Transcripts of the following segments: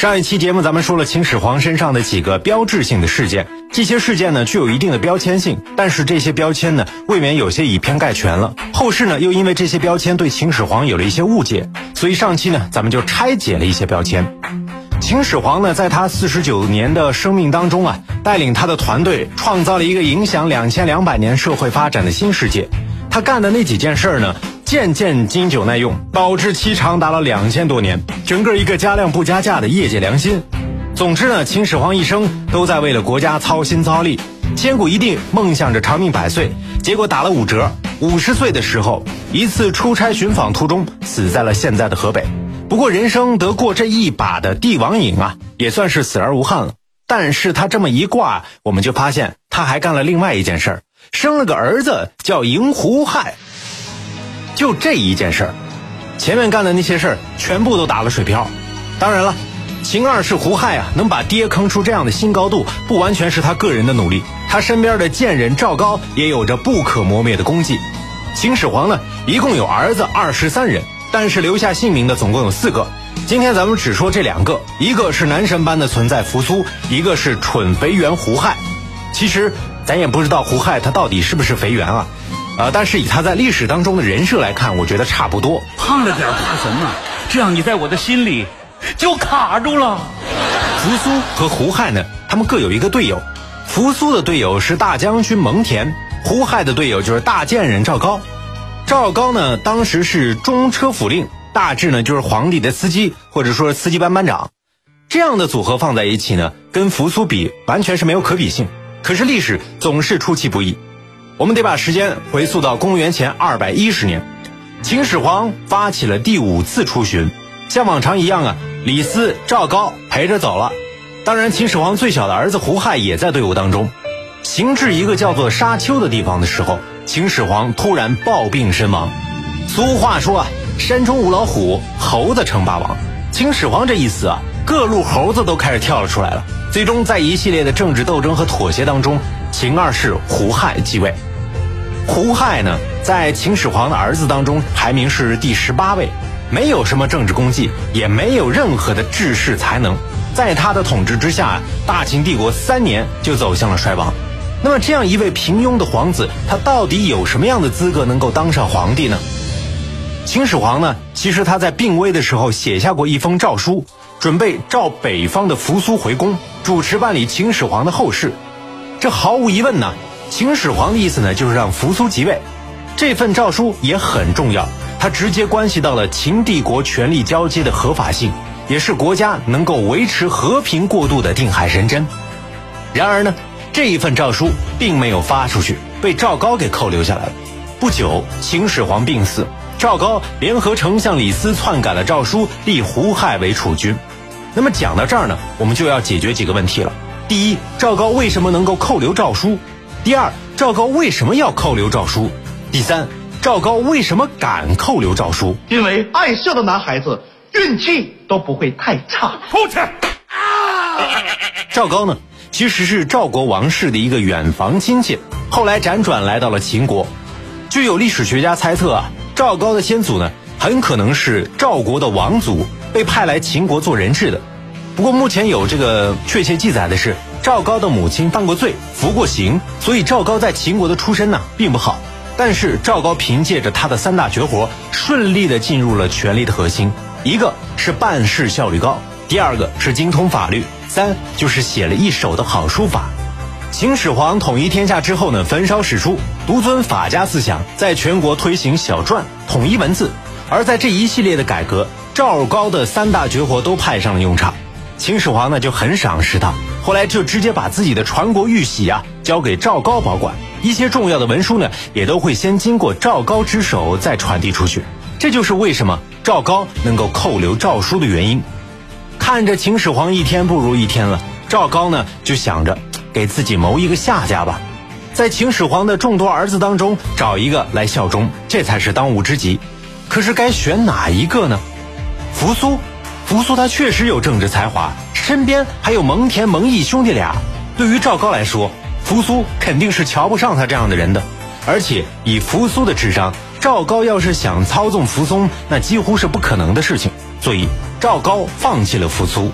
上一期节目咱们说了秦始皇身上的几个标志性的事件，这些事件呢具有一定的标签性，但是这些标签呢未免有些以偏概全了。后世呢又因为这些标签对秦始皇有了一些误解，所以上期呢咱们就拆解了一些标签。秦始皇呢在他49年的生命当中带领他的团队创造了一个影响2200年社会发展的新世界。他干的那几件事呢件件经久耐用，导致期长达了2000多年，整个一个加量不加价的业界良心。总之呢，秦始皇一生都在为了国家操心操力，千古一帝梦想着长命百岁，结果打了5折。50岁的时候，一次出差寻访途中死在了现在的河北。不过人生得过这一把的帝王瘾也算是死而无憾了。但是他这么一挂，我们就发现他还干了另外一件事儿，生了个儿子叫嬴胡亥。就这一件事儿，前面干的那些事儿全部都打了水漂。当然了，秦二世胡亥能把爹坑出这样的新高度，不完全是他个人的努力，他身边的贱人赵高也有着不可磨灭的功绩。秦始皇呢，一共有儿子23人，但是留下姓名的总共有4个。今天咱们只说这2个，一个是男神般的存在扶苏，一个是蠢肥圆胡亥。其实咱也不知道胡亥他到底是不是肥圆但是以他在历史当中的人设来看，我觉得差不多。 胖了点怕什么？这样你在我的心里就卡住了。 扶苏和胡亥呢，他们各有一个队友。扶苏的队友是大将军蒙恬，胡亥的队友就是大贱人赵高。赵高呢，当时是中车府令，大致呢就是皇帝的司机，或者说司机班班长。这样的组合放在一起呢，跟扶苏比完全是没有可比性。可是历史总是出其不意。我们得把时间回溯到公元前210年，秦始皇发起了第5次出巡，像往常一样李斯、赵高陪着走了。当然秦始皇最小的儿子胡亥也在队伍当中。行至一个叫做沙丘的地方的时候，秦始皇突然暴病身亡。俗话说山中无老虎，猴子称霸王。秦始皇这一死各路猴子都开始跳了出来了。最终在一系列的政治斗争和妥协当中，秦二世胡亥继位。胡亥呢，在秦始皇的儿子当中排名是第18位，没有什么政治功绩，也没有任何的治世才能。在他的统治之下，大秦帝国3年就走向了衰亡。那么这样一位平庸的皇子，他到底有什么样的资格能够当上皇帝呢？秦始皇呢，其实他在病危的时候写下过一封诏书，准备召北方的扶苏回宫，主持办理秦始皇的后事。这毫无疑问呢，秦始皇的意思呢，就是让扶苏即位。这份诏书也很重要，它直接关系到了秦帝国权力交接的合法性，也是国家能够维持和平过渡的定海神针。然而呢，这一份诏书并没有发出去，被赵高给扣留下来了。不久，秦始皇病死，赵高联合丞相李斯篡改了诏书，立胡亥为储君。那么讲到这儿呢，我们就要解决几个问题了。第一，赵高为什么能够扣留诏书？第二，赵高为什么要扣留诏书？第三，赵高为什么敢扣留诏书？ 因为爱笑的男孩子运气都不会太差。 出去！ 赵高呢，其实是赵国王室的一个远房亲戚，后来辗转来到了秦国。据有历史学家猜测赵高的先祖呢，很可能是赵国的王族，被派来秦国做人质的。不过目前有这个确切记载的是，赵高的母亲犯过罪，服过刑，所以赵高在秦国的出身呢并不好。但是赵高凭借着他的3大绝活，顺利的进入了权力的核心。一个是办事效率高，第2个是精通法律，3就是写了一手的好书法。秦始皇统一天下之后呢，焚烧史书，独尊法家思想，在全国推行小篆，统一文字。而在这一系列的改革，赵高的3大绝活都派上了用场。秦始皇呢就很赏识他，后来就直接把自己的传国玉玺交给赵高保管，一些重要的文书呢也都会先经过赵高之手再传递出去。这就是为什么赵高能够扣留诏书的原因。看着秦始皇一天不如一天了，赵高呢就想着给自己谋一个下家吧，在秦始皇的众多儿子当中找一个来效忠，这才是当务之急。可是该选哪一个呢？扶苏他确实有政治才华，身边还有蒙恬、蒙毅兄弟俩。对于赵高来说，扶苏肯定是瞧不上他这样的人的。而且以扶苏的智商，赵高要是想操纵扶松，那几乎是不可能的事情。所以赵高放弃了扶苏。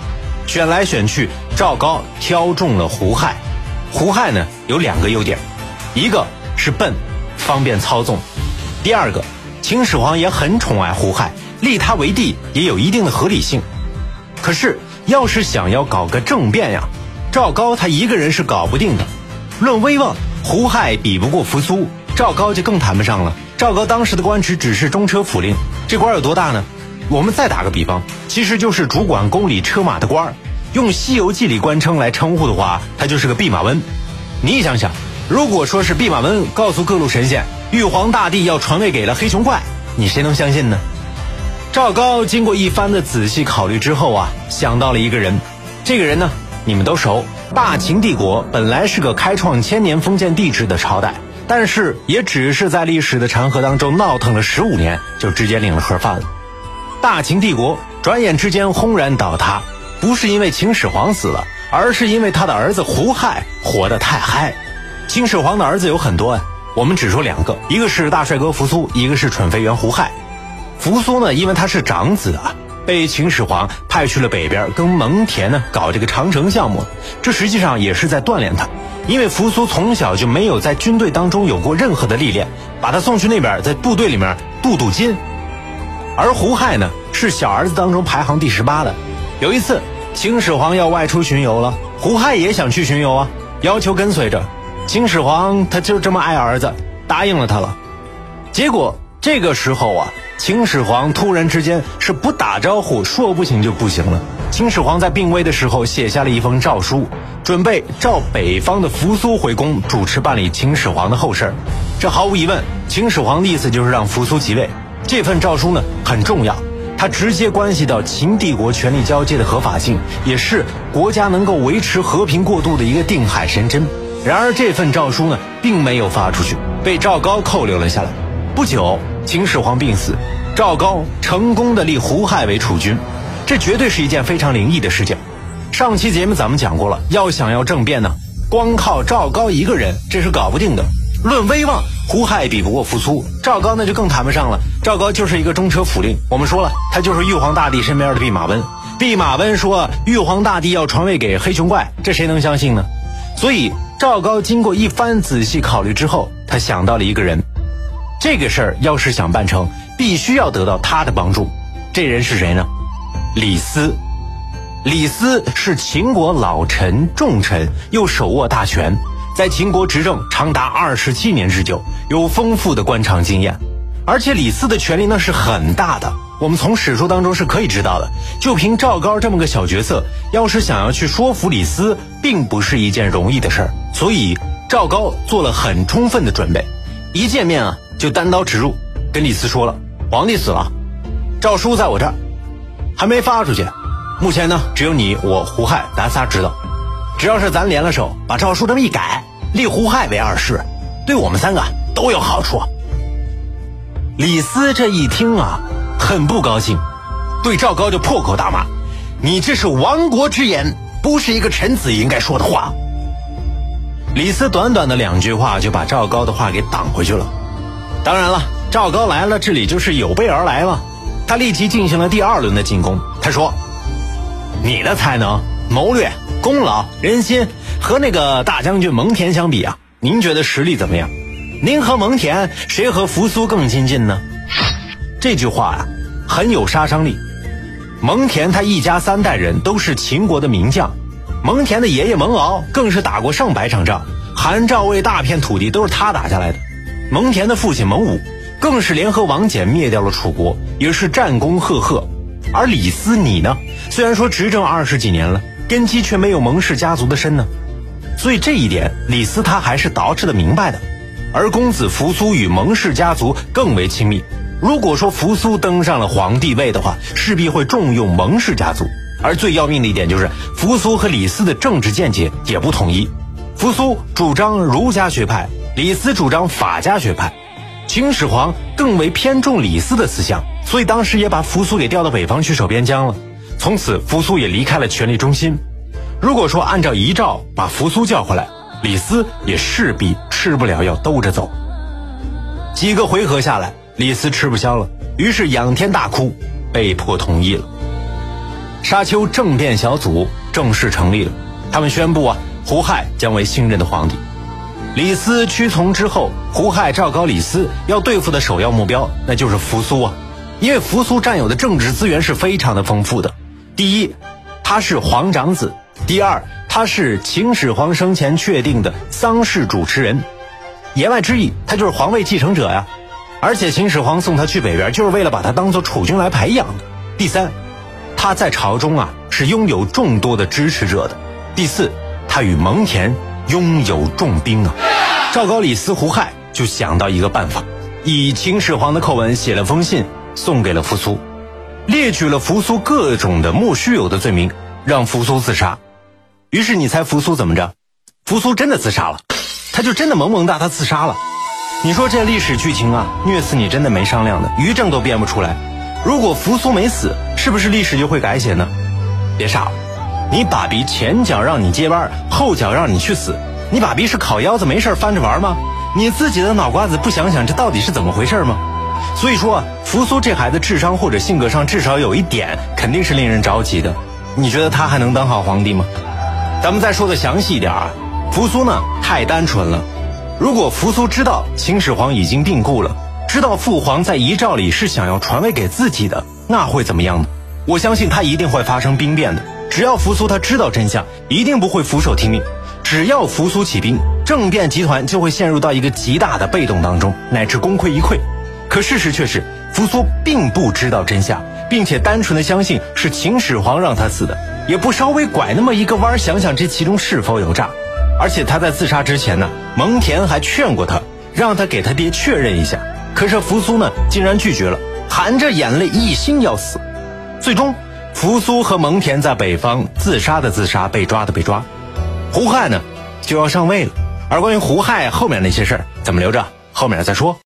选来选去，赵高挑中了胡亥。胡亥呢有2个优点，一个是笨，方便操纵；第二个，秦始皇也很宠爱胡亥，立他为帝也有一定的合理性。可是要是想要搞个政变呀，赵高他一个人是搞不定的。论威望，胡亥比不过扶苏，赵高就更谈不上了。赵高当时的官职只是中车府令，这官有多大呢？我们再打个比方，其实就是主管宫里车马的官儿。用《西游记》里官称来称呼的话，他就是个弼马温。你想想，如果说是弼马温告诉各路神仙，玉皇大帝要传位给了黑熊怪，你谁能相信呢？赵高经过一番的仔细考虑之后啊，想到了一个人。这个人呢，你们都熟。大秦帝国本来是个开创1000年封建帝制的朝代，但是也只是在历史的长河当中闹腾了15年，就直接领了盒饭了。大秦帝国转眼之间轰然倒塌，不是因为秦始皇死了，而是因为他的儿子胡亥活得太嗨。秦始皇的儿子有很多啊，我们只说2个，一个是大帅哥扶苏，一个是蠢肥猿胡亥。扶苏呢，因为他是长子啊，被秦始皇派去了北边跟蒙恬呢搞这个长城项目，这实际上也是在锻炼他。因为扶苏从小就没有在军队当中有过任何的历练，把他送去那边在部队里面镀金。而胡亥呢，是小儿子当中排行第18的。有一次秦始皇要外出巡游了，胡亥也想去巡游啊，要求跟随着。秦始皇他就这么爱儿子，答应了他了。结果这个时候啊，秦始皇突然之间是不打招呼，说不行就不行了。秦始皇在病危的时候写下了一封诏书，准备召北方的扶苏回宫主持办理秦始皇的后事。这毫无疑问，秦始皇的意思就是让扶苏即位。这份诏书呢很重要，它直接关系到秦帝国权力交接的合法性，也是国家能够维持和平过渡的一个定海神针。然而这份诏书呢并没有发出去，被赵高扣留了下来。不久秦始皇病死，赵高成功的立胡亥为储君，这绝对是一件非常灵异的事情。上期节目咱们讲过了，想要政变呢，光靠赵高一个人这是搞不定的。论威望，胡亥比不过扶苏，赵高那就更谈不上了。赵高就是一个中车府令，我们说了，他就是玉皇大帝身边的弼马温。弼马温说玉皇大帝要传位给黑熊怪，这谁能相信呢？所以赵高经过一番仔细考虑之后，他想到了一个人。这个事儿要是想办成，必须要得到他的帮助。这人是谁呢？李斯。李斯是秦国老臣重臣，又手握大权，在秦国执政长达27年之久，有丰富的官场经验。而且李斯的权力那是很大的，我们从史书当中是可以知道的。就凭赵高这么个小角色，要是想要去说服李斯，并不是一件容易的事儿。所以赵高做了很充分的准备，一见面啊就单刀直入，跟李斯说了，皇帝死了，诏书在我这儿，还没发出去。目前呢，只有你我胡亥咱仨知道。只要是咱联了手，把诏书这么一改，立胡亥为2世，对我们3个都有好处。李斯这一听啊，很不高兴，对赵高就破口大骂：你这是亡国之言，不是一个臣子应该说的话。李斯短短的2句话就把赵高的话给挡回去了。当然了，赵高来了，这里就是有备而来嘛。他立即进行了第2轮的进攻。他说：你的才能、谋略、功劳、人心和那个大将军蒙恬相比啊，您觉得实力怎么样？您和蒙恬谁和扶苏更亲近呢？这句话啊很有杀伤力。蒙恬他一家3代人都是秦国的名将，蒙恬的爷爷蒙敖更是打过上百场仗，韩赵魏大片土地都是他打下来的。蒙恬的父亲蒙武更是联合王翦灭掉了楚国，也是战功赫赫。而李斯你呢，虽然说执政20几年了，根基却没有蒙氏家族的深呢。所以这一点李斯他还是捯饬的明白的。而公子扶苏与蒙氏家族更为亲密，如果说扶苏登上了皇帝位的话，势必会重用蒙氏家族。而最要命的一点就是扶苏和李斯的政治见解也不统一，扶苏主张儒家学派，李斯主张法家学派。秦始皇更为偏重李斯的思想，所以当时也把扶苏给调到北方去守边疆了。从此扶苏也离开了权力中心。如果说按照遗诏把扶苏叫回来，李斯也势必吃不了要兜着走。几个回合下来，李斯吃不消了，于是仰天大哭，被迫同意了。 沙丘政变小组正式成立了，他们宣布胡亥将为新任的皇帝。李斯屈从之后，胡亥昭告李斯要对付的首要目标那就是扶苏因为扶苏占有的政治资源是非常的丰富的。第一，他是皇长子；第二，他是秦始皇生前确定的丧事主持人，言外之意，他就是皇位继承者呀。而且秦始皇送他去北边，就是为了把他当作储君来培养的。第三，他在朝中是拥有众多的支持者的。第四，他与蒙恬拥有重兵昭高李斯胡亥就想到一个办法，以秦始皇的口吻写了封信送给了扶苏，列举了扶苏各种的莫须有的罪名，让扶苏自杀。于是你猜扶苏怎么着？扶苏真的自杀了，他就真的萌萌哒他自杀了。你说这历史剧情虐死你真的没商量的，余正都编不出来。如果扶苏没死，是不是历史就会改写呢？别傻了，你爸比前脚让你接班，后脚让你去死，你爸比是烤腰子没事翻着玩吗？你自己的脑瓜子不想想这到底是怎么回事吗？所以说扶苏这孩子智商或者性格上至少有一点肯定是令人着急的。你觉得他还能当好皇帝吗？咱们再说的详细一点扶苏呢太单纯了。如果扶苏知道秦始皇已经病故了，知道父皇在遗诏里是想要传位给自己的，那会怎么样呢？我相信他一定会发生兵变的。只要扶苏他知道真相，一定不会俯首听命。只要扶苏起兵，政变集团就会陷入到一个极大的被动当中，乃至功亏一篑。可事实却是扶苏并不知道真相，并且单纯的相信是秦始皇让他死的，也不稍微拐那么一个弯想想这其中是否有诈。而且他在自杀之前蒙恬还劝过他，让他给他爹确认一下。可是扶苏竟然拒绝了，含着眼泪一心要死。最终扶苏和蒙恬在北方自杀的自杀，被抓的被抓。胡亥就要上位了。而关于胡亥后面那些事儿，咱们留着后面再说。